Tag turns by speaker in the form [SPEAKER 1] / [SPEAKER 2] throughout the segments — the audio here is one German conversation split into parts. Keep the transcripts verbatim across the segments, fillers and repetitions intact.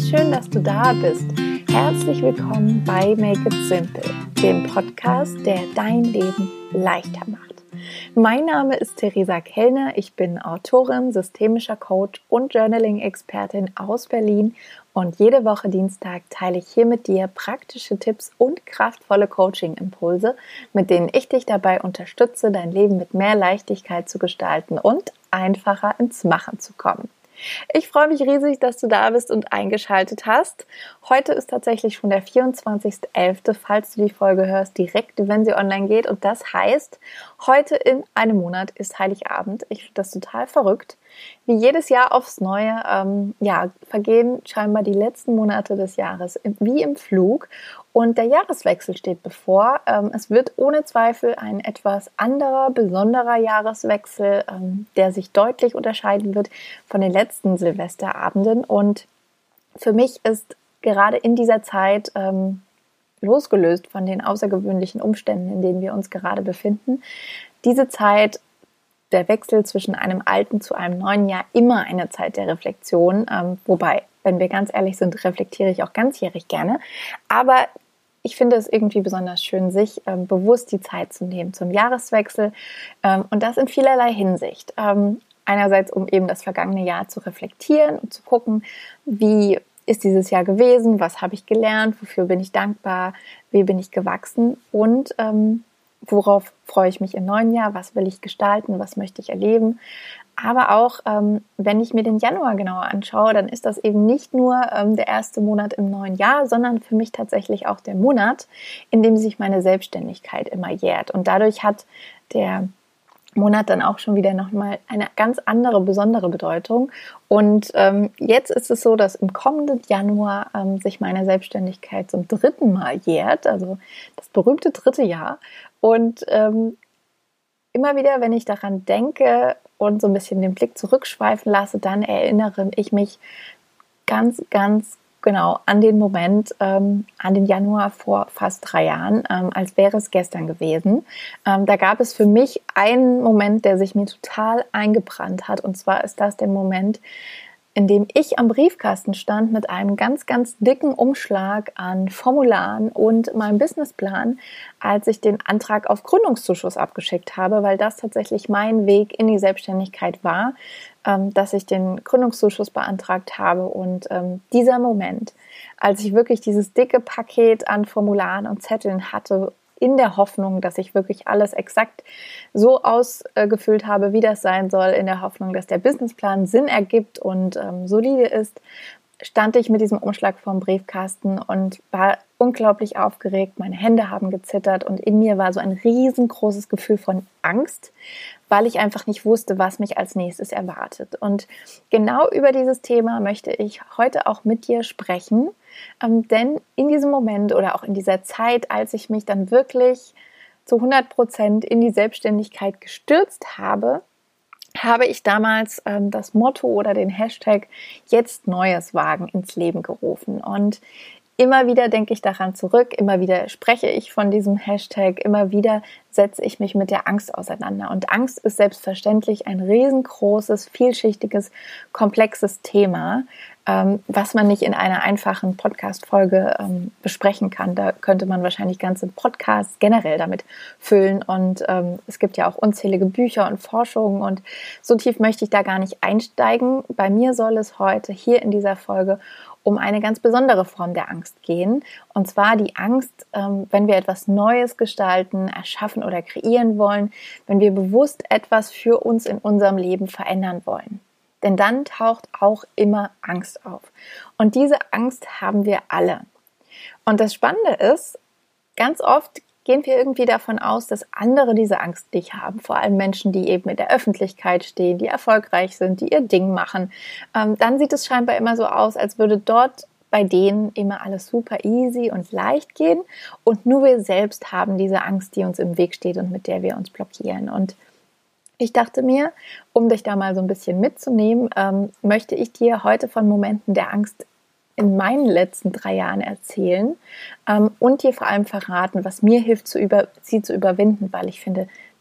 [SPEAKER 1] schön, dass du da bist. Herzlich willkommen bei Make It Simple, dem Podcast, der dein Leben leichter macht. Mein Name ist Theresa Kellner, ich bin Autorin, systemischer Coach und Journaling-Expertin aus Berlin und jede Woche Dienstag teile ich hier mit dir praktische Tipps und kraftvolle Coaching-Impulse, mit denen ich dich dabei unterstütze, dein Leben mit mehr Leichtigkeit zu gestalten und einfacher ins Machen zu kommen. Ich freue mich riesig, dass du da bist und eingeschaltet hast. Heute ist tatsächlich schon der vierundzwanzigster elfte, falls du die Folge hörst, direkt, wenn sie online geht. Und das heißt, heute in einem Monat ist Heiligabend. Ich finde das total verrückt. Wie jedes Jahr aufs Neue, ähm, ja, vergehen scheinbar die letzten Monate des Jahres wie im Flug. Und der Jahreswechsel steht bevor. Ähm, es wird ohne Zweifel ein etwas anderer, besonderer Jahreswechsel, ähm, der sich deutlich unterscheiden wird von den letzten Silvesterabenden. Und für mich ist gerade in dieser Zeit, ähm, losgelöst von den außergewöhnlichen Umständen, in denen wir uns gerade befinden, diese Zeit, der Wechsel zwischen einem alten zu einem neuen Jahr, immer eine Zeit der Reflexion. Ähm, wobei, wenn wir ganz ehrlich sind, reflektiere ich auch ganzjährig gerne. Aber ich finde es irgendwie besonders schön, sich ähm, bewusst die Zeit zu nehmen zum Jahreswechsel. Ähm, und das in vielerlei Hinsicht. Ähm, einerseits, um eben das vergangene Jahr zu reflektieren und zu gucken, wie ist dieses Jahr gewesen, was habe ich gelernt, wofür bin ich dankbar, wie bin ich gewachsen und ähm, worauf freue ich mich im neuen Jahr, was will ich gestalten, was möchte ich erleben. Aber auch, ähm, wenn ich mir den Januar genauer anschaue, dann ist das eben nicht nur ähm, der erste Monat im neuen Jahr, sondern für mich tatsächlich auch der Monat, in dem sich meine Selbstständigkeit immer jährt. Und dadurch hat der Monat dann auch schon wieder nochmal eine ganz andere, besondere Bedeutung. Und ähm, jetzt ist es so, dass im kommenden Januar ähm, sich meine Selbstständigkeit zum dritten Mal jährt, also das berühmte dritte Jahr. Und ähm, immer wieder, wenn ich daran denke und so ein bisschen den Blick zurückschweifen lasse, dann erinnere ich mich ganz, ganz genau an den Moment, ähm, an den Januar vor fast drei Jahren, ähm, als wäre es gestern gewesen. Ähm, da gab es für mich einen Moment, der sich mir total eingebrannt hat. Und zwar ist das der Moment, in dem ich am Briefkasten stand mit einem ganz, ganz dicken Umschlag an Formularen und meinem Businessplan, als ich den Antrag auf Gründungszuschuss abgeschickt habe, weil das tatsächlich mein Weg in die Selbstständigkeit war, ähm, dass ich den Gründungszuschuss beantragt habe. Und ähm, dieser Moment, als ich wirklich dieses dicke Paket an Formularen und Zetteln hatte, in der Hoffnung, dass ich wirklich alles exakt so ausgefüllt habe, wie das sein soll, in der Hoffnung, dass der Businessplan Sinn ergibt und ähm, solide ist, stand ich mit diesem Umschlag vorm Briefkasten und war unglaublich aufgeregt. Meine Hände haben gezittert und in mir war so ein riesengroßes Gefühl von Angst, weil ich einfach nicht wusste, was mich als nächstes erwartet. Und genau über dieses Thema möchte ich heute auch mit dir sprechen, ähm, denn in diesem Moment oder auch in dieser Zeit, als ich mich dann wirklich zu hundert Prozent in die Selbstständigkeit gestürzt habe, habe ich damals ähm, das Motto oder den Hashtag Jetzt Neues wagen ins Leben gerufen. Und immer wieder denke ich daran zurück, immer wieder spreche ich von diesem Hashtag, immer wieder setze ich mich mit der Angst auseinander. Und Angst ist selbstverständlich ein riesengroßes, vielschichtiges, komplexes Thema, ähm, was man nicht in einer einfachen Podcast-Folge ähm, besprechen kann. Da könnte man wahrscheinlich ganze Podcasts generell damit füllen. Und ähm, es gibt ja auch unzählige Bücher und Forschungen. Und so tief möchte ich da gar nicht einsteigen. Bei mir soll es heute hier in dieser Folge um eine ganz besondere Form der Angst gehen. Und zwar die Angst, ähm, wenn wir etwas Neues gestalten, erschaffen oder kreieren wollen, wenn wir bewusst etwas für uns in unserem Leben verändern wollen. Denn dann taucht auch immer Angst auf. Und diese Angst haben wir alle. Und das Spannende ist, ganz oft gehen wir irgendwie davon aus, dass andere diese Angst nicht haben. Vor allem Menschen, die eben in der Öffentlichkeit stehen, die erfolgreich sind, die ihr Ding machen. Ähm, dann sieht es scheinbar immer so aus, als würde dort bei denen immer alles super easy und leicht gehen. Und nur wir selbst haben diese Angst, die uns im Weg steht und mit der wir uns blockieren. Und ich dachte mir, um dich da mal so ein bisschen mitzunehmen, ähm, möchte ich dir heute von Momenten der Angst in meinen letzten drei Jahren erzählen ähm, und dir vor allem verraten, was mir hilft, zu über, sie zu überwinden, weil ich finde,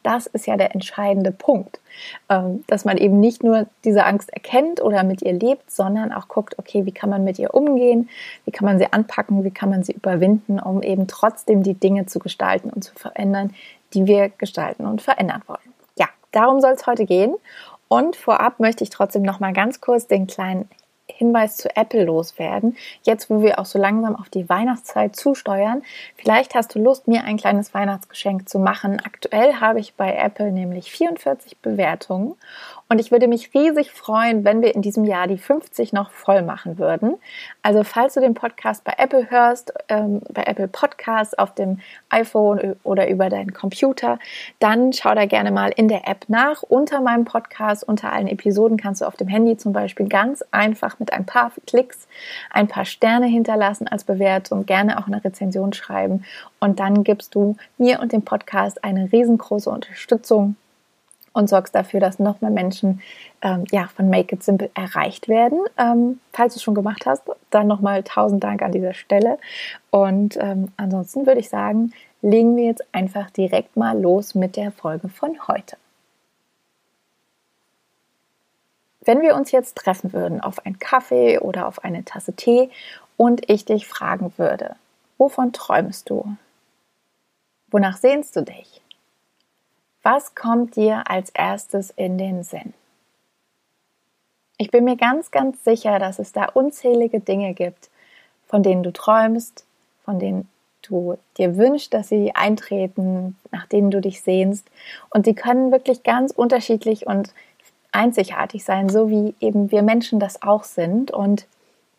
[SPEAKER 1] das ist ja der entscheidende Punkt, ähm, dass man eben nicht nur diese Angst erkennt oder mit ihr lebt, sondern auch guckt, okay, wie kann man mit ihr umgehen, wie kann man sie anpacken, wie kann man sie überwinden, um eben trotzdem die Dinge zu gestalten und zu verändern, die wir gestalten und verändern wollen. Ja, darum soll es heute gehen. Und vorab möchte ich trotzdem noch mal ganz kurz den kleinen Hinweis zu Apple loswerden. Jetzt, wo wir auch so langsam auf die Weihnachtszeit zusteuern, vielleicht hast du Lust, mir ein kleines Weihnachtsgeschenk zu machen. Aktuell habe ich bei Apple nämlich vierundvierzig Bewertungen und ich würde mich riesig freuen, wenn wir in diesem Jahr die fünfzig noch voll machen würden. Also falls du den Podcast bei Apple hörst, ähm, bei Apple Podcasts auf dem iPhone oder über deinen Computer, dann schau da gerne mal in der App nach. Unter meinem Podcast, unter allen Episoden kannst du auf dem Handy zum Beispiel ganz einfach mit ein paar Klicks ein paar Sterne hinterlassen als Bewertung, gerne auch eine Rezension schreiben und dann gibst du mir und dem Podcast eine riesengroße Unterstützung und sorgst dafür, dass noch mehr Menschen ähm, ja, von Make It Simple erreicht werden. Ähm, falls du es schon gemacht hast, dann nochmal tausend Dank an dieser Stelle. Und ähm, ansonsten würde ich sagen, legen wir jetzt einfach direkt mal los mit der Folge von heute. Wenn wir uns jetzt treffen würden auf einen Kaffee oder auf eine Tasse Tee und ich dich fragen würde, wovon träumst du? Wonach sehnst du dich? Was kommt dir als erstes in den Sinn? Ich bin mir ganz, ganz sicher, dass es da unzählige Dinge gibt, von denen du träumst, von denen du dir wünschst, dass sie eintreten, nach denen du dich sehnst. Und die können wirklich ganz unterschiedlich und einzigartig sein, so wie eben wir Menschen das auch sind. Und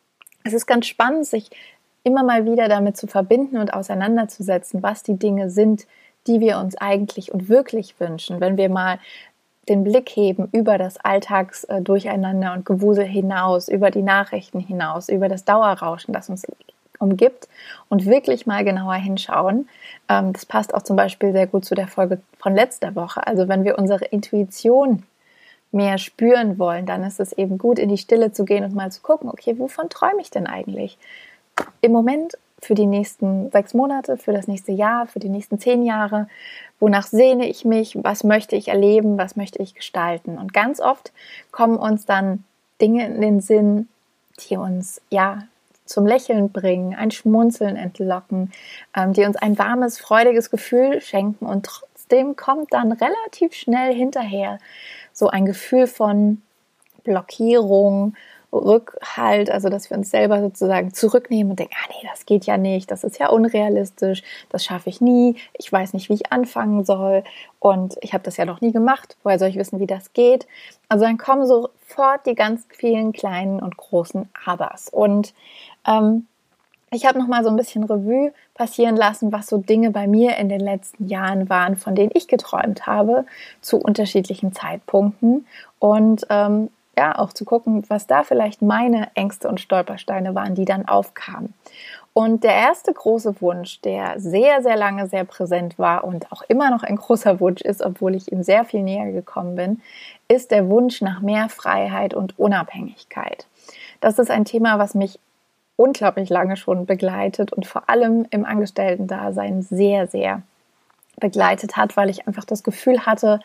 [SPEAKER 1] es ist ganz spannend, sich immer mal wieder damit zu verbinden und auseinanderzusetzen, was die Dinge sind, die wir uns eigentlich und wirklich wünschen, wenn wir mal den Blick heben über das Alltagsdurcheinander und Gewusel hinaus, über die Nachrichten hinaus, über das Dauerrauschen, das uns umgibt und wirklich mal genauer hinschauen. Das passt auch zum Beispiel sehr gut zu der Folge von letzter Woche. Also wenn wir unsere Intuition mehr spüren wollen, dann ist es eben gut, in die Stille zu gehen und mal zu gucken, okay, wovon träume ich denn eigentlich? Im Moment für die nächsten sechs Monate, für das nächste Jahr, für die nächsten zehn Jahre, wonach sehne ich mich, was möchte ich erleben, was möchte ich gestalten? Und ganz oft kommen uns dann Dinge in den Sinn, die uns ja zum Lächeln bringen, ein Schmunzeln entlocken, ähm, die uns ein warmes, freudiges Gefühl schenken und trotzdem kommt dann relativ schnell hinterher so ein Gefühl von Blockierung, Rückhalt, also dass wir uns selber sozusagen zurücknehmen und denken, ah nee, das geht ja nicht, das ist ja unrealistisch, das schaffe ich nie, ich weiß nicht, wie ich anfangen soll und ich habe das ja noch nie gemacht, woher soll ich wissen, wie das geht? Also dann kommen sofort die ganz vielen kleinen und großen Abers und ähm, ich habe noch mal so ein bisschen Revue passieren lassen, was so Dinge bei mir in den letzten Jahren waren, von denen ich geträumt habe, zu unterschiedlichen Zeitpunkten und ähm, ja, auch zu gucken, was da vielleicht meine Ängste und Stolpersteine waren, die dann aufkamen. Und der erste große Wunsch, der sehr, sehr lange sehr präsent war und auch immer noch ein großer Wunsch ist, obwohl ich ihm sehr viel näher gekommen bin, ist der Wunsch nach mehr Freiheit und Unabhängigkeit. Das ist ein Thema, was mich unglaublich lange schon begleitet und vor allem im Angestellten-Dasein sehr, sehr begleitet hat, weil ich einfach das Gefühl hatte,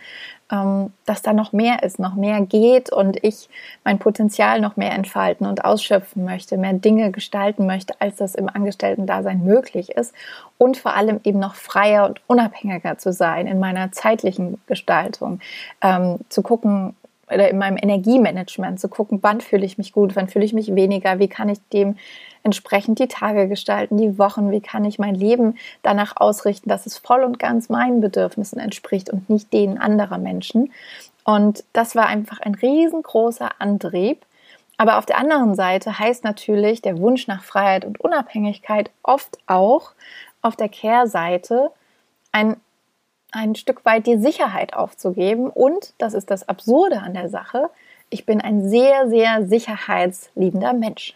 [SPEAKER 1] dass da noch mehr ist, noch mehr geht und ich mein Potenzial noch mehr entfalten und ausschöpfen möchte, mehr Dinge gestalten möchte, als das im Angestellten-Dasein möglich ist und vor allem eben noch freier und unabhängiger zu sein in meiner zeitlichen Gestaltung, ähm, zu gucken, oder in meinem Energiemanagement zu gucken, wann fühle ich mich gut, wann fühle ich mich weniger, wie kann ich dem entsprechend die Tage gestalten, die Wochen, wie kann ich mein Leben danach ausrichten, dass es voll und ganz meinen Bedürfnissen entspricht und nicht denen anderer Menschen. Und das war einfach ein riesengroßer Antrieb. Aber auf der anderen Seite heißt natürlich der Wunsch nach Freiheit und Unabhängigkeit oft auch auf der Kehrseite ein ein Stück weit die Sicherheit aufzugeben. Und, das ist das Absurde an der Sache, ich bin ein sehr, sehr sicherheitsliebender Mensch.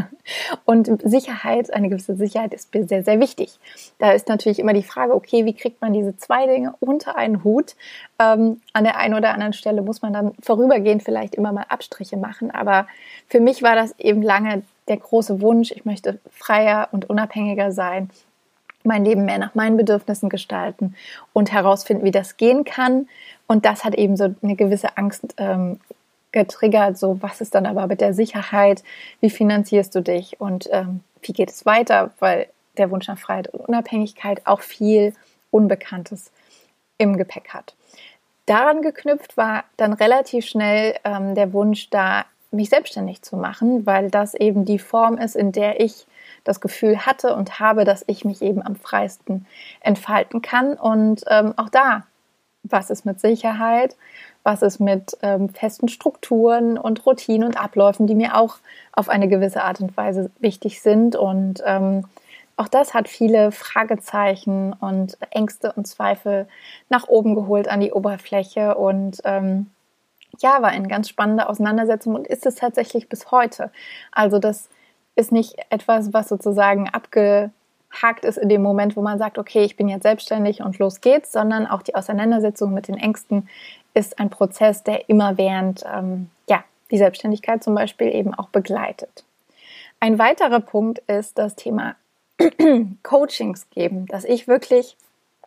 [SPEAKER 1] Und Sicherheit, eine gewisse Sicherheit ist mir sehr, sehr wichtig. Da ist natürlich immer die Frage, okay, wie kriegt man diese zwei Dinge unter einen Hut? Ähm, an der einen oder anderen Stelle muss man dann vorübergehend vielleicht immer mal Abstriche machen. Aber für mich war das eben lange der große Wunsch, ich möchte freier und unabhängiger sein. mein Leben mehr nach meinen Bedürfnissen gestalten und herausfinden, wie das gehen kann. Und das hat eben so eine gewisse Angst ähm, getriggert, so was ist dann aber mit der Sicherheit, wie finanzierst du dich und ähm, wie geht es weiter, weil der Wunsch nach Freiheit und Unabhängigkeit auch viel Unbekanntes im Gepäck hat. Daran geknüpft war dann relativ schnell ähm, der Wunsch da, mich selbstständig zu machen, weil das eben die Form ist, in der ich das Gefühl hatte und habe, dass ich mich eben am freisten entfalten kann. Und ähm, auch da, was ist mit Sicherheit, was ist mit ähm, festen Strukturen und Routinen und Abläufen, die mir auch auf eine gewisse Art und Weise wichtig sind. Und ähm, auch das hat viele Fragezeichen und Ängste und Zweifel nach oben geholt an die Oberfläche und ähm, ja, war eine ganz spannende Auseinandersetzung und ist es tatsächlich bis heute. Also das ist nicht etwas, was sozusagen abgehakt ist in dem Moment, wo man sagt, okay, ich bin jetzt selbstständig und los geht's, sondern auch die Auseinandersetzung mit den Ängsten ist ein Prozess, der immerwährend ähm, ja, die Selbstständigkeit zum Beispiel eben auch begleitet. Ein weiterer Punkt ist das Thema Coachings geben, dass ich wirklich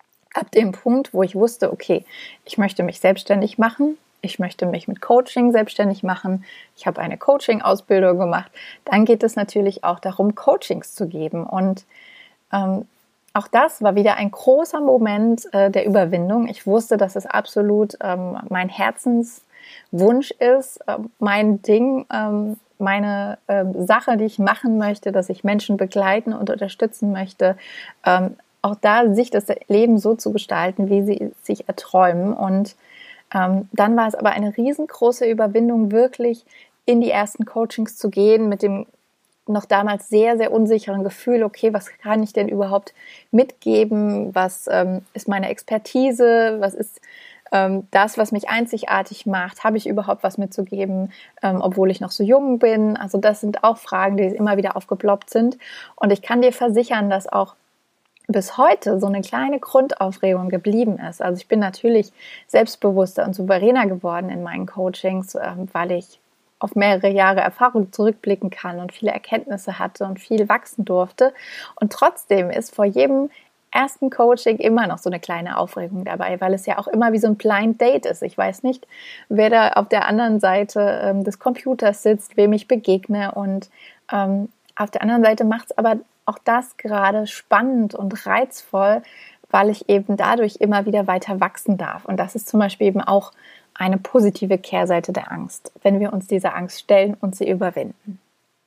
[SPEAKER 1] ab dem Punkt, wo ich wusste, okay, ich möchte mich selbstständig machen, ich möchte mich mit Coaching selbstständig machen, ich habe eine Coaching-Ausbildung gemacht, dann geht es natürlich auch darum, Coachings zu geben. Und ähm, auch das war wieder ein großer Moment äh, der Überwindung. Ich wusste, dass es absolut ähm, mein Herzenswunsch ist, äh, mein Ding, ähm, meine ähm, Sache, die ich machen möchte, dass ich Menschen begleiten und unterstützen möchte, ähm, auch da sich das Leben so zu gestalten, wie sie sich erträumen. Und Ähm, dann war es aber eine riesengroße Überwindung, wirklich in die ersten Coachings zu gehen, mit dem noch damals sehr, sehr unsicheren Gefühl, okay, was kann ich denn überhaupt mitgeben? Was ähm, ist meine Expertise? Was ist ähm, das, was mich einzigartig macht? Habe ich überhaupt was mitzugeben, ähm, obwohl ich noch so jung bin? Also das sind auch Fragen, die immer wieder aufgeploppt sind. Und ich kann dir versichern, dass auch bis heute so eine kleine Grundaufregung geblieben ist. Also ich bin natürlich selbstbewusster und souveräner geworden in meinen Coachings, weil ich auf mehrere Jahre Erfahrung zurückblicken kann und viele Erkenntnisse hatte und viel wachsen durfte. Und trotzdem ist vor jedem ersten Coaching immer noch so eine kleine Aufregung dabei, weil es ja auch immer wie so ein Blind Date ist. Ich weiß nicht, wer da auf der anderen Seite ähm, des Computers sitzt, wem ich begegne. Und ähm, auf der anderen Seite macht es aber auch das gerade spannend und reizvoll, weil ich eben dadurch immer wieder weiter wachsen darf. Und das ist zum Beispiel eben auch eine positive Kehrseite der Angst, wenn wir uns dieser Angst stellen und sie überwinden.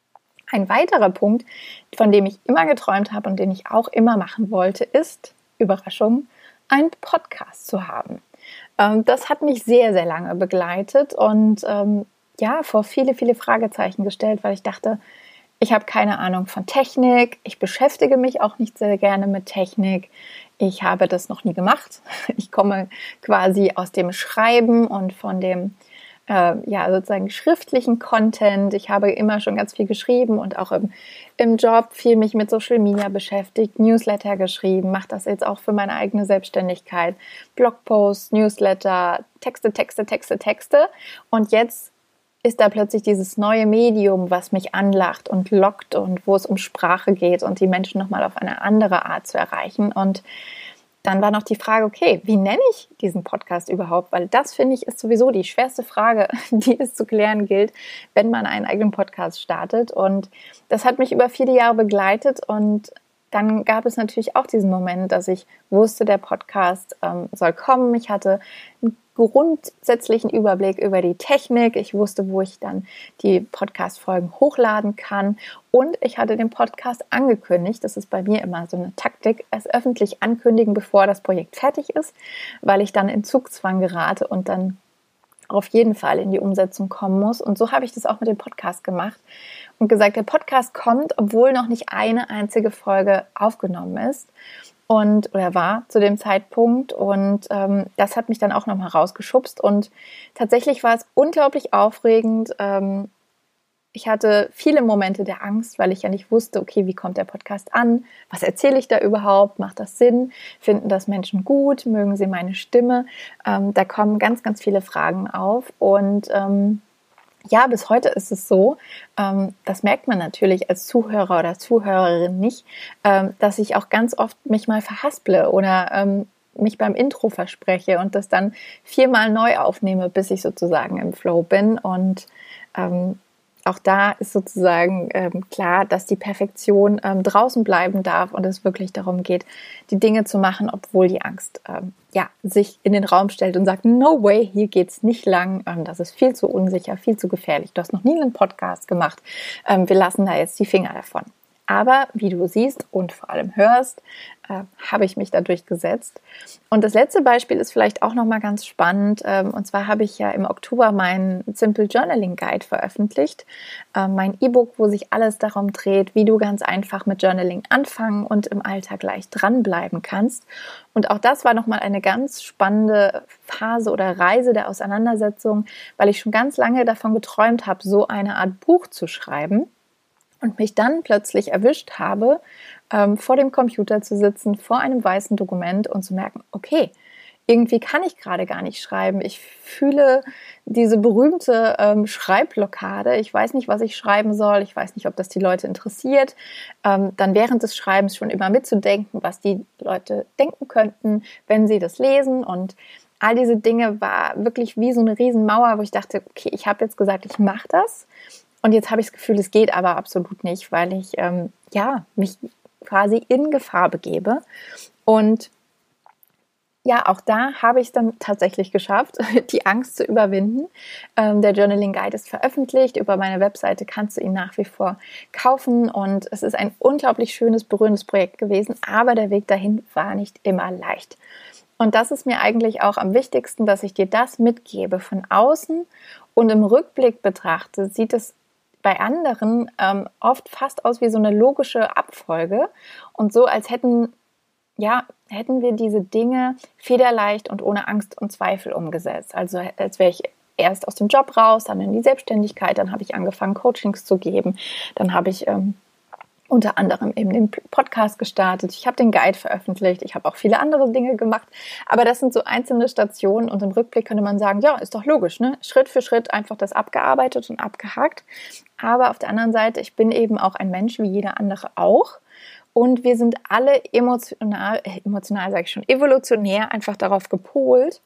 [SPEAKER 1] Ein weiterer Punkt, von dem ich immer geträumt habe und den ich auch immer machen wollte, ist, Überraschung, einen Podcast zu haben. Das hat mich sehr, sehr lange begleitet und ja, vor viele, viele Fragezeichen gestellt, weil ich dachte, ich habe keine Ahnung von Technik, ich beschäftige mich auch nicht sehr gerne mit Technik, ich habe das noch nie gemacht. Ich komme quasi aus dem Schreiben und von dem äh, ja, sozusagen schriftlichen Content. Ich habe immer schon ganz viel geschrieben und auch im, im Job viel mich mit Social Media beschäftigt, Newsletter geschrieben, mache das jetzt auch für meine eigene Selbstständigkeit, Blogposts, Newsletter, Texte, Texte, Texte, Texte und jetzt ist da plötzlich dieses neue Medium, was mich anlacht und lockt und wo es um Sprache geht und die Menschen nochmal auf eine andere Art zu erreichen. Und dann war noch die Frage, okay, wie nenne ich diesen Podcast überhaupt? Weil das, finde ich, ist sowieso die schwerste Frage, die es zu klären gilt, wenn man einen eigenen Podcast startet. Und das hat mich über viele Jahre begleitet und dann gab es natürlich auch diesen Moment, dass ich wusste, der Podcast ähm, soll kommen. Ich hatte einen grundsätzlichen Überblick über die Technik. Ich wusste, wo ich dann die Podcast-Folgen hochladen kann. Und ich hatte den Podcast angekündigt. Das ist bei mir immer so eine Taktik, es öffentlich ankündigen, bevor das Projekt fertig ist, weil ich dann in Zugzwang gerate und dann auf jeden Fall in die Umsetzung kommen muss. Und so habe ich das auch mit dem Podcast gemacht und gesagt, der Podcast kommt, obwohl noch nicht eine einzige Folge aufgenommen ist und oder war zu dem Zeitpunkt. Und ähm, das hat mich dann auch nochmal rausgeschubst. Und tatsächlich war es unglaublich aufregend. Ähm, Ich hatte viele Momente der Angst, weil ich ja nicht wusste, okay, wie kommt der Podcast an? Was erzähle ich da überhaupt? Macht das Sinn? Finden das Menschen gut? Mögen sie meine Stimme? Ähm, da kommen ganz, ganz viele Fragen auf. Und ähm, ja, bis heute ist es so, ähm, das merkt man natürlich als Zuhörer oder Zuhörerin nicht, ähm, dass ich auch ganz oft mich mal verhasple oder ähm, mich beim Intro verspreche und das dann viermal neu aufnehme, bis ich sozusagen im Flow bin. Und ähm, auch da ist sozusagen ähm, klar, dass die Perfektion ähm, draußen bleiben darf und es wirklich darum geht, die Dinge zu machen, obwohl die Angst ähm, ja, sich in den Raum stellt und sagt, no way, hier geht's nicht lang, ähm, das ist viel zu unsicher, viel zu gefährlich. Du hast noch nie einen Podcast gemacht, ähm, wir lassen da jetzt die Finger davon. Aber wie du siehst und vor allem hörst, äh, habe ich mich da durchgesetzt. Und das letzte Beispiel ist vielleicht auch nochmal ganz spannend. Ähm, und zwar habe ich ja im Oktober meinen Simple Journaling Guide veröffentlicht. Äh, mein E-Book, wo sich alles darum dreht, wie du ganz einfach mit Journaling anfangen und im Alltag leicht dranbleiben kannst. Und auch das war nochmal eine ganz spannende Phase oder Reise der Auseinandersetzung, weil ich schon ganz lange davon geträumt habe, so eine Art Buch zu schreiben. Und mich dann plötzlich erwischt habe, ähm, vor dem Computer zu sitzen, vor einem weißen Dokument und zu merken, okay, irgendwie kann ich gerade gar nicht schreiben. Ich fühle diese berühmte ähm, Schreibblockade. Ich weiß nicht, was ich schreiben soll. Ich weiß nicht, ob das die Leute interessiert. Ähm, dann während des Schreibens schon immer mitzudenken, was die Leute denken könnten, wenn sie das lesen. Und all diese Dinge war wirklich wie so eine Riesenmauer, wo ich dachte, okay, ich habe jetzt gesagt, ich mache das. Und jetzt habe ich das Gefühl, es geht aber absolut nicht, weil ich ähm, ja, mich quasi in Gefahr begebe. Und ja, auch da habe ich es dann tatsächlich geschafft, die Angst zu überwinden. Ähm, der Journaling Guide ist veröffentlicht. Über meine Webseite kannst du ihn nach wie vor kaufen. Und es ist ein unglaublich schönes, berührendes Projekt gewesen. Aber der Weg dahin war nicht immer leicht. Und das ist mir eigentlich auch am wichtigsten, dass ich dir das mitgebe von außen. Und im Rückblick betrachte, sieht es bei anderen ähm, oft fast aus wie so eine logische Abfolge und so, als hätten, ja, hätten wir diese Dinge federleicht und ohne Angst und Zweifel umgesetzt. Also als wäre ich erst aus dem Job raus, dann in die Selbstständigkeit, dann habe ich angefangen, Coachings zu geben, dann habe ich ähm, unter anderem eben den Podcast gestartet, ich habe den Guide veröffentlicht, ich habe auch viele andere Dinge gemacht, aber das sind so einzelne Stationen und im Rückblick könnte man sagen, ja, ist doch logisch, ne? Schritt für Schritt einfach das abgearbeitet und abgehakt, aber auf der anderen Seite, ich bin eben auch ein Mensch, wie jeder andere auch und wir sind alle emotional, äh, emotional sage ich schon, evolutionär einfach darauf gepolt,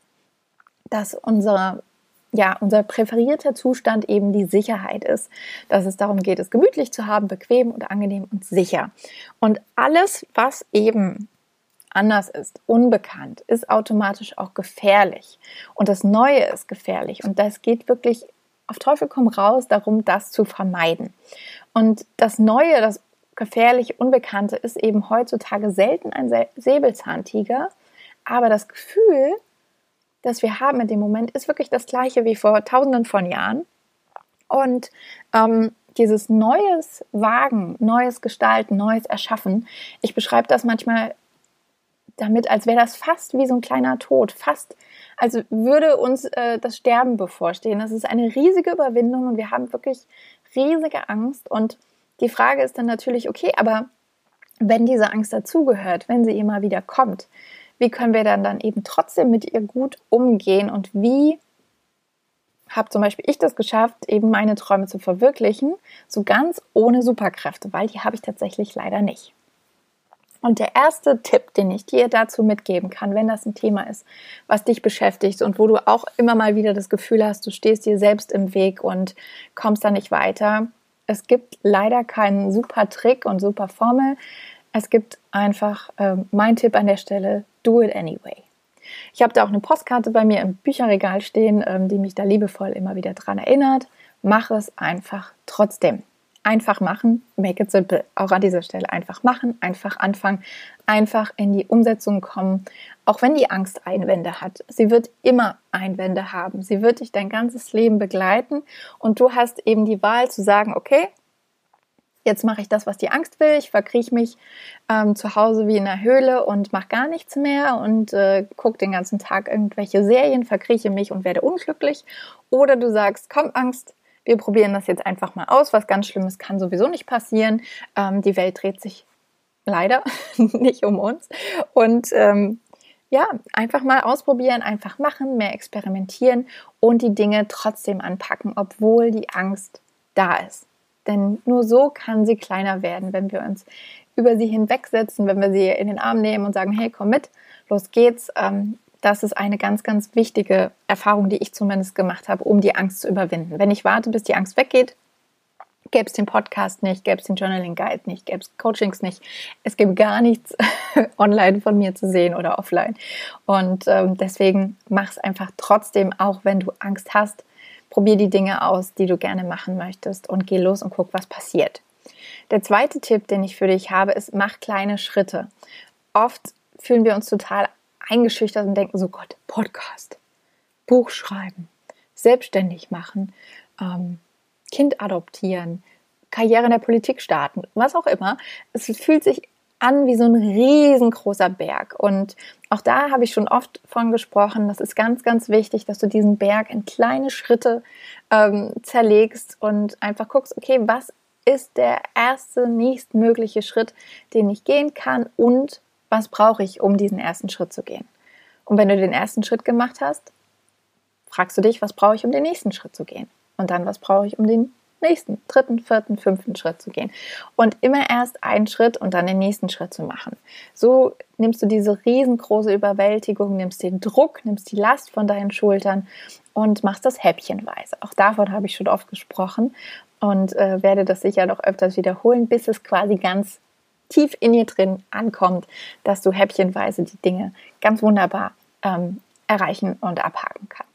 [SPEAKER 1] dass unsere ja, unser präferierter Zustand eben die Sicherheit ist, dass es darum geht, es gemütlich zu haben, bequem und angenehm und sicher. Und alles, was eben anders ist, unbekannt, ist automatisch auch gefährlich. Und das Neue ist gefährlich. Und das geht wirklich auf Teufel komm raus darum, das zu vermeiden. Und das Neue, das gefährliche, Unbekannte ist eben heutzutage selten ein Säbelzahntiger, aber das Gefühl, das wir haben in dem Moment, ist wirklich das gleiche wie vor tausenden von Jahren. Und ähm, dieses neues Wagen, neues Gestalten, neues Erschaffen, ich beschreibe das manchmal damit, als wäre das fast wie so ein kleiner Tod, fast als würde uns äh, das Sterben bevorstehen. Das ist eine riesige Überwindung und wir haben wirklich riesige Angst. Und die Frage ist dann natürlich, okay, aber wenn diese Angst dazugehört, wenn sie immer wieder kommt, wie können wir dann, dann eben trotzdem mit ihr gut umgehen und wie habe zum Beispiel ich das geschafft, eben meine Träume zu verwirklichen, so ganz ohne Superkräfte, weil die habe ich tatsächlich leider nicht. Und der erste Tipp, den ich dir dazu mitgeben kann, wenn das ein Thema ist, was dich beschäftigt und wo du auch immer mal wieder das Gefühl hast, du stehst dir selbst im Weg und kommst da nicht weiter. Es gibt leider keinen super Trick und super Formel. Es gibt einfach äh, mein Tipp an der Stelle, do it anyway. Ich habe da auch eine Postkarte bei mir im Bücherregal stehen, ähm, die mich da liebevoll immer wieder dran erinnert. Mach es einfach trotzdem. Einfach machen, make it simple. Auch an dieser Stelle einfach machen, einfach anfangen, einfach in die Umsetzung kommen. Auch wenn die Angst Einwände hat. Sie wird immer Einwände haben. Sie wird dich dein ganzes Leben begleiten und du hast eben die Wahl zu sagen, okay, jetzt mache ich das, was die Angst will. Ich verkrieche mich ähm, zu Hause wie in einer Höhle und mache gar nichts mehr und äh, gucke den ganzen Tag irgendwelche Serien, verkrieche mich und werde unglücklich. Oder du sagst, komm Angst, wir probieren das jetzt einfach mal aus. Was ganz Schlimmes kann sowieso nicht passieren. Ähm, die Welt dreht sich leider nicht um uns. Und ähm, ja, einfach mal ausprobieren, einfach machen, mehr experimentieren und die Dinge trotzdem anpacken, obwohl die Angst da ist. Denn nur so kann sie kleiner werden, wenn wir uns über sie hinwegsetzen, wenn wir sie in den Arm nehmen und sagen, hey, komm mit, los geht's. Das ist eine ganz, ganz wichtige Erfahrung, die ich zumindest gemacht habe, um die Angst zu überwinden. Wenn ich warte, bis die Angst weggeht, gäbe es den Podcast nicht, gäbe es den Journaling Guide nicht, gäbe es Coachings nicht. Es gibt gar nichts online von mir zu sehen oder offline. Und ähm, deswegen mach es einfach trotzdem, auch wenn du Angst hast. Probier die Dinge aus, die du gerne machen möchtest und geh los und guck, was passiert. Der zweite Tipp, den ich für dich habe, ist, mach kleine Schritte. Oft fühlen wir uns total eingeschüchtert und denken so, Gott, Podcast, Buch schreiben, selbstständig machen, ähm, Kind adoptieren, Karriere in der Politik starten, was auch immer. Es fühlt sich an wie so ein riesengroßer Berg. Und auch da habe ich schon oft von gesprochen, das ist ganz, ganz wichtig, dass du diesen Berg in kleine Schritte ähm, zerlegst und einfach guckst, okay, was ist der erste, nächstmögliche Schritt, den ich gehen kann und was brauche ich, um diesen ersten Schritt zu gehen. Und wenn du den ersten Schritt gemacht hast, fragst du dich, was brauche ich, um den nächsten Schritt zu gehen? Und dann, was brauche ich, um den nächsten, dritten, vierten, fünften Schritt zu gehen. Und immer erst einen Schritt und dann den nächsten Schritt zu machen. So nimmst du diese riesengroße Überwältigung, nimmst den Druck, nimmst die Last von deinen Schultern und machst das häppchenweise. Auch davon habe ich schon oft gesprochen und äh, werde das sicher noch öfters wiederholen, bis es quasi ganz tief in dir drin ankommt, dass du häppchenweise die Dinge ganz wunderbar ähm, erreichen und abhaken kannst.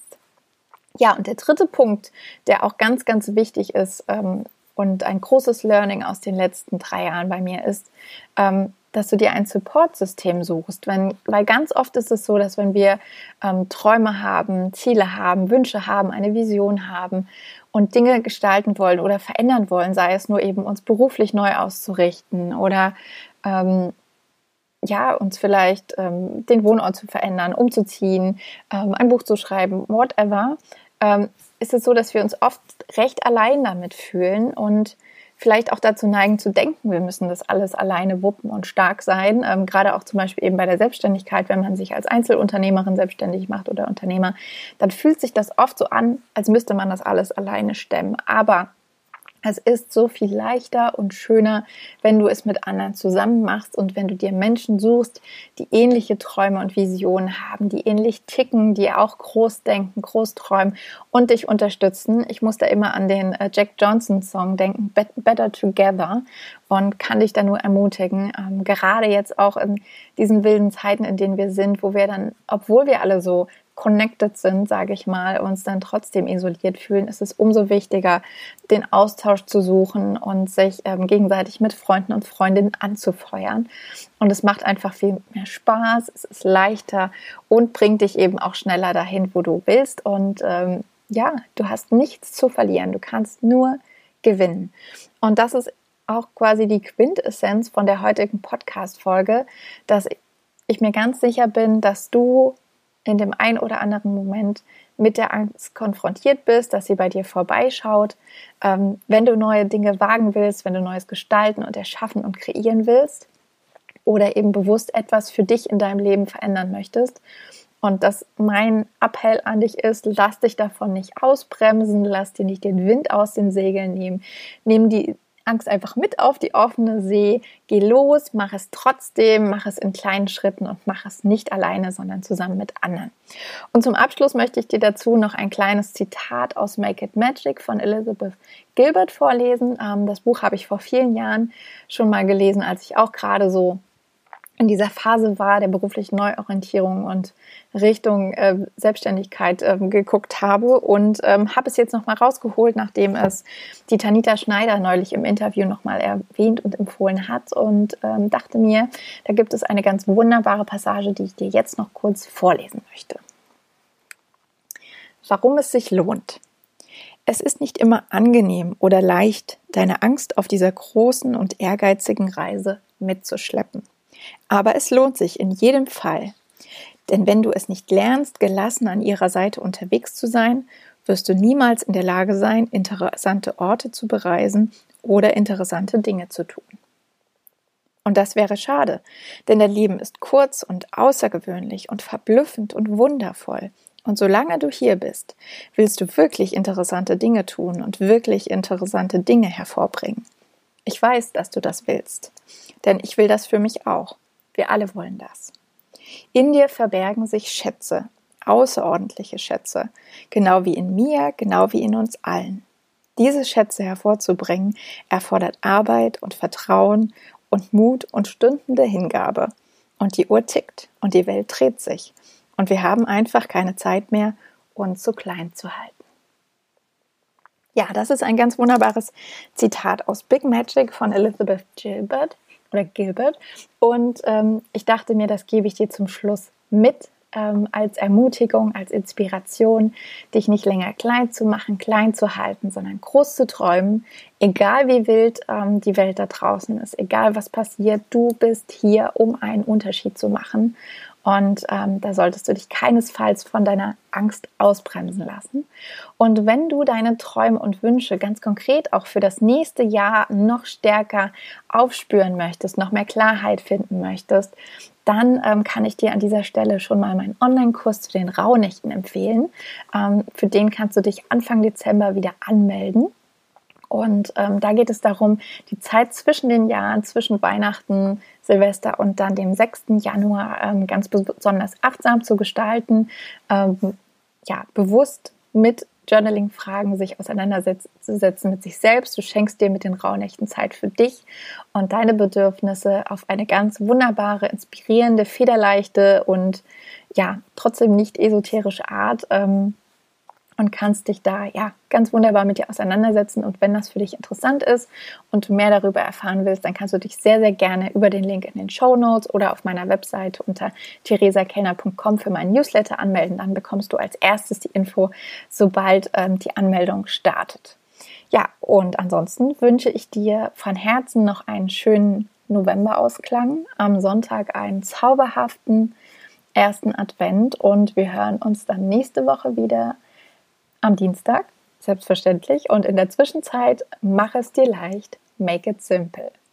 [SPEAKER 1] Ja, und der dritte Punkt, der auch ganz, ganz wichtig ist ähm, und ein großes Learning aus den letzten drei Jahren bei mir ist, ähm, dass du dir ein Support-System suchst. Wenn, weil ganz oft ist es so, dass wenn wir ähm, Träume haben, Ziele haben, Wünsche haben, eine Vision haben und Dinge gestalten wollen oder verändern wollen, sei es nur eben uns beruflich neu auszurichten oder ähm, ja, uns vielleicht ähm, den Wohnort zu verändern, umzuziehen, ähm, ein Buch zu schreiben, whatever, ähm, ist es so, dass wir uns oft recht allein damit fühlen und vielleicht auch dazu neigen zu denken, wir müssen das alles alleine wuppen und stark sein. Ähm, gerade auch zum Beispiel eben bei der Selbstständigkeit, wenn man sich als Einzelunternehmerin selbstständig macht oder Unternehmer, dann fühlt sich das oft so an, als müsste man das alles alleine stemmen. Aber es ist so viel leichter und schöner, wenn du es mit anderen zusammen machst und wenn du dir Menschen suchst, die ähnliche Träume und Visionen haben, die ähnlich ticken, die auch groß denken, groß träumen und dich unterstützen. Ich muss da immer an den Jack Johnson Song denken, Better Together, und kann dich da nur ermutigen, ähm, gerade jetzt auch in diesen wilden Zeiten, in denen wir sind, wo wir dann, obwohl wir alle so connected sind, sage ich mal, uns dann trotzdem isoliert fühlen, ist es umso wichtiger, den Austausch zu suchen und sich ähm, gegenseitig mit Freunden und Freundinnen anzufeuern. Und es macht einfach viel mehr Spaß, es ist leichter und bringt dich eben auch schneller dahin, wo du willst. Und ähm, ja, du hast nichts zu verlieren, du kannst nur gewinnen. Und das ist auch quasi die Quintessenz von der heutigen Podcast-Folge, dass ich mir ganz sicher bin, dass du in dem einen oder anderen Moment mit der Angst konfrontiert bist, dass sie bei dir vorbeischaut. Ähm, wenn du neue Dinge wagen willst, wenn du Neues gestalten und erschaffen und kreieren willst oder eben bewusst etwas für dich in deinem Leben verändern möchtest. Und dass mein Appell an dich ist, lass dich davon nicht ausbremsen, lass dir nicht den Wind aus den Segeln nehmen, nimm die Angst einfach mit auf die offene See, geh los, mach es trotzdem, mach es in kleinen Schritten und mach es nicht alleine, sondern zusammen mit anderen. Und zum Abschluss möchte ich dir dazu noch ein kleines Zitat aus Make It Magic von Elizabeth Gilbert vorlesen. Das Buch habe ich vor vielen Jahren schon mal gelesen, als ich auch gerade so in dieser Phase war der beruflichen Neuorientierung und Richtung äh, Selbstständigkeit äh, geguckt habe und ähm, habe es jetzt nochmal rausgeholt, nachdem es die Tanita Schneider neulich im Interview nochmal erwähnt und empfohlen hat und ähm, dachte mir, da gibt es eine ganz wunderbare Passage, die ich dir jetzt noch kurz vorlesen möchte. Warum es sich lohnt. Es ist nicht immer angenehm oder leicht, deine Angst auf dieser großen und ehrgeizigen Reise mitzuschleppen. Aber es lohnt sich in jedem Fall, denn wenn du es nicht lernst, gelassen an ihrer Seite unterwegs zu sein, wirst du niemals in der Lage sein, interessante Orte zu bereisen oder interessante Dinge zu tun. Und das wäre schade, denn dein Leben ist kurz und außergewöhnlich und verblüffend und wundervoll. Und solange du hier bist, willst du wirklich interessante Dinge tun und wirklich interessante Dinge hervorbringen. Ich weiß, dass du das willst, denn ich will das für mich auch. Wir alle wollen das. In dir verbergen sich Schätze, außerordentliche Schätze, genau wie in mir, genau wie in uns allen. Diese Schätze hervorzubringen, erfordert Arbeit und Vertrauen und Mut und Stunden der Hingabe. Und die Uhr tickt und die Welt dreht sich. Und wir haben einfach keine Zeit mehr, uns so klein zu halten. Ja, das ist ein ganz wunderbares Zitat aus Big Magic von Elizabeth Gilbert oder Gilbert. Und ähm, ich dachte mir, das gebe ich dir zum Schluss mit ähm, als Ermutigung, als Inspiration, dich nicht länger klein zu machen, klein zu halten, sondern groß zu träumen. Egal wie wild ähm, die Welt da draußen ist, egal was passiert, du bist hier, um einen Unterschied zu machen. Und ähm, da solltest du dich keinesfalls von deiner Angst ausbremsen lassen. Und wenn du deine Träume und Wünsche ganz konkret auch für das nächste Jahr noch stärker aufspüren möchtest, noch mehr Klarheit finden möchtest, dann ähm, kann ich dir an dieser Stelle schon mal meinen Online-Kurs zu den Rauhnächten empfehlen. Ähm, für den kannst du dich Anfang Dezember wieder anmelden. Und ähm, da geht es darum, die Zeit zwischen den Jahren, zwischen Weihnachten, Silvester und dann dem sechsten Januar ähm, ganz besonders achtsam zu gestalten, ähm, ja, bewusst mit Journaling-Fragen sich auseinanderzusetzen mit sich selbst. Du schenkst dir mit den Rauhnächten Zeit für dich und deine Bedürfnisse auf eine ganz wunderbare, inspirierende, federleichte und ja, trotzdem nicht esoterische Art ähm, und kannst dich da ja ganz wunderbar mit dir auseinandersetzen. Und wenn das für dich interessant ist und du mehr darüber erfahren willst, dann kannst du dich sehr, sehr gerne über den Link in den Shownotes oder auf meiner Webseite unter theresa kellner punkt com für meinen Newsletter anmelden. Dann bekommst du als erstes die Info, sobald ähm, die Anmeldung startet. Ja, und ansonsten wünsche ich dir von Herzen noch einen schönen Novemberausklang. Am Sonntag einen zauberhaften ersten Advent und wir hören uns dann nächste Woche wieder am Dienstag, selbstverständlich. Und in der Zwischenzeit, mach es dir leicht, make it simple.